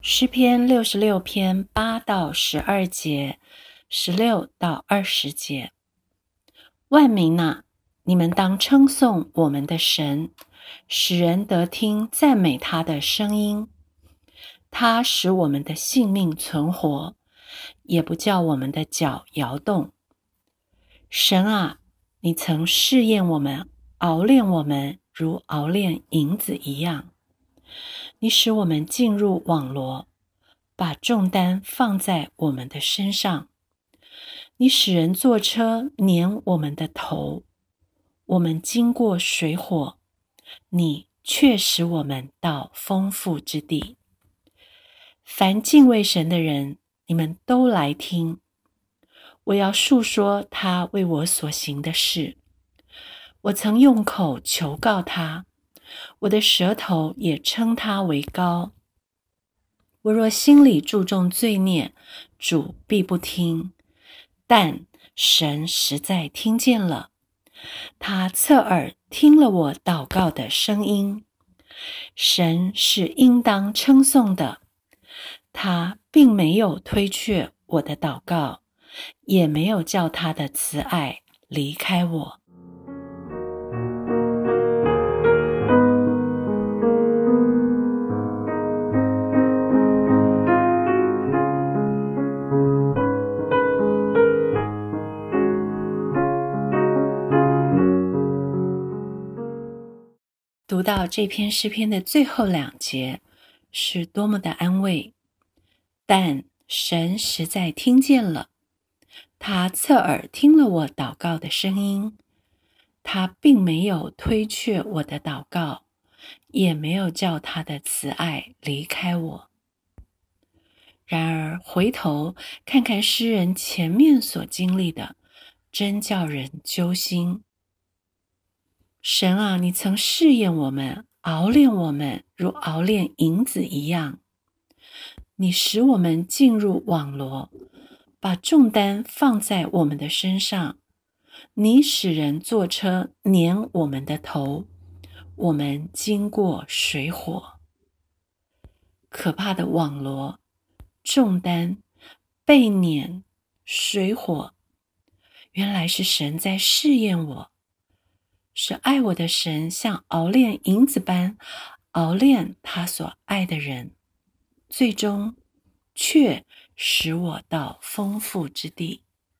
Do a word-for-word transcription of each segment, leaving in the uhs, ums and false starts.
诗篇六十六篇八到十二节，十六到二十节。万民哪，你们当称颂我们的神，使人得听赞美他的声音。他使我们的性命存活，也不叫我们的脚摇动。神啊，你曾试验我们，熬炼我们，如熬炼银子一样。你使我们进入网罗，把重担放在我们的身上。你使人坐车碾我们的头，我们经过水火，你却使我们到丰富之地。凡敬畏神的人，你们都来听，我要述说他为我所行的事。我曾用口求告他，我的舌头也称他为高。我若心里注重罪孽，主必不听，但神实在听见了，他侧耳听了我祷告的声音。神是应当称颂的，他并没有推却我的祷告，也没有叫他的慈爱离开我。读到这篇诗篇的最后两节，是多么的安慰。但神实在听见了，他侧耳听了我祷告的声音，他并没有推却我的祷告，也没有叫他的慈爱离开我。然而回头看看诗人前面所经历的，真叫人揪心。神啊，你曾试验我们，熬炼我们，如熬炼银子一样。你使我们进入网罗，把重担放在我们的身上。你使人坐车碾我们的头，我们经过水火。可怕的网罗、重担、被碾、水火，原来是神在试验我。是爱我的神像熬炼银子般熬炼他所爱的人，最终却使我到丰富之地。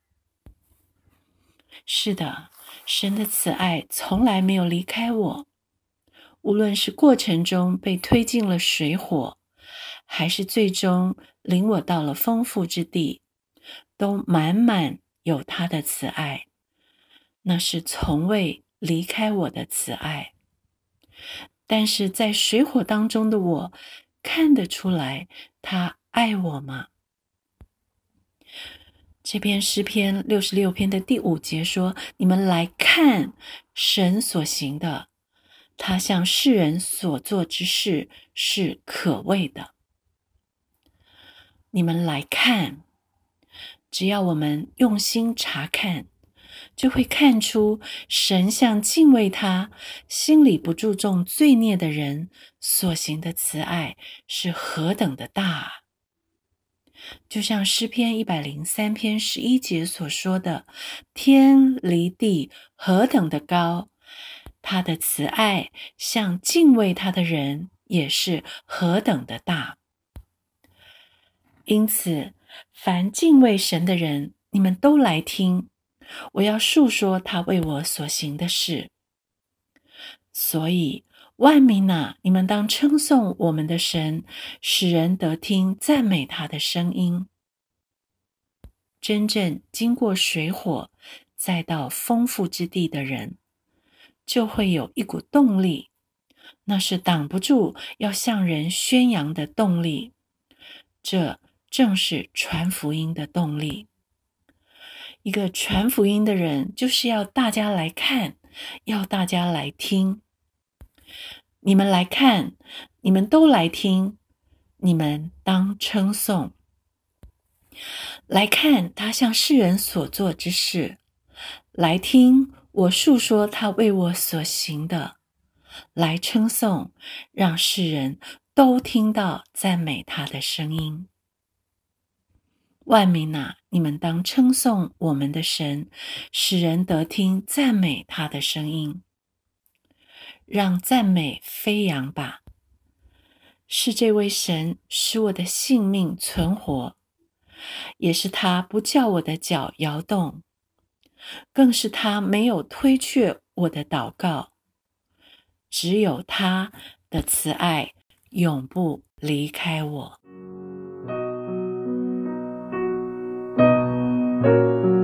是的，神的慈爱从来没有离开我，无论是过程中被推进了水火，还是最终领我到了丰富之地，都满满有他的慈爱，那是从未离开我的慈爱。但是在水火当中的我，看得出来他爱我吗？这篇诗篇六十六篇的第五节说，你们来看神所行的，他向世人所做之事是可畏的。你们来看，只要我们用心查看，就会看出神向敬畏他、心里不注重罪孽的人所行的慈爱是何等的大。就像诗篇一百零三篇十一节所说的，天离地何等的高，他的慈爱向敬畏他的人也是何等的大。因此，凡敬畏神的人，你们都来听，我要述说他为我所行的事。所以万民哪，你们当称颂我们的神，使人得听赞美他的声音。真正经过水火，再到丰富之地的人，就会有一股动力，那是挡不住要向人宣扬的动力。这正是传福音的动力。一个传福音的人，就是要大家来看，要大家来听。你们来看，你们都来听，你们当称颂。来看他向世人所做之事，来听我述说他为我所行的，来称颂，让世人都听到赞美他的声音。万民啊，你们当称颂我们的神，使人得听赞美他的声音。让赞美飞扬吧，是这位神使我的性命存活，也是他不叫我的脚摇动，更是他没有推却我的祷告。只有他的慈爱永不离开我。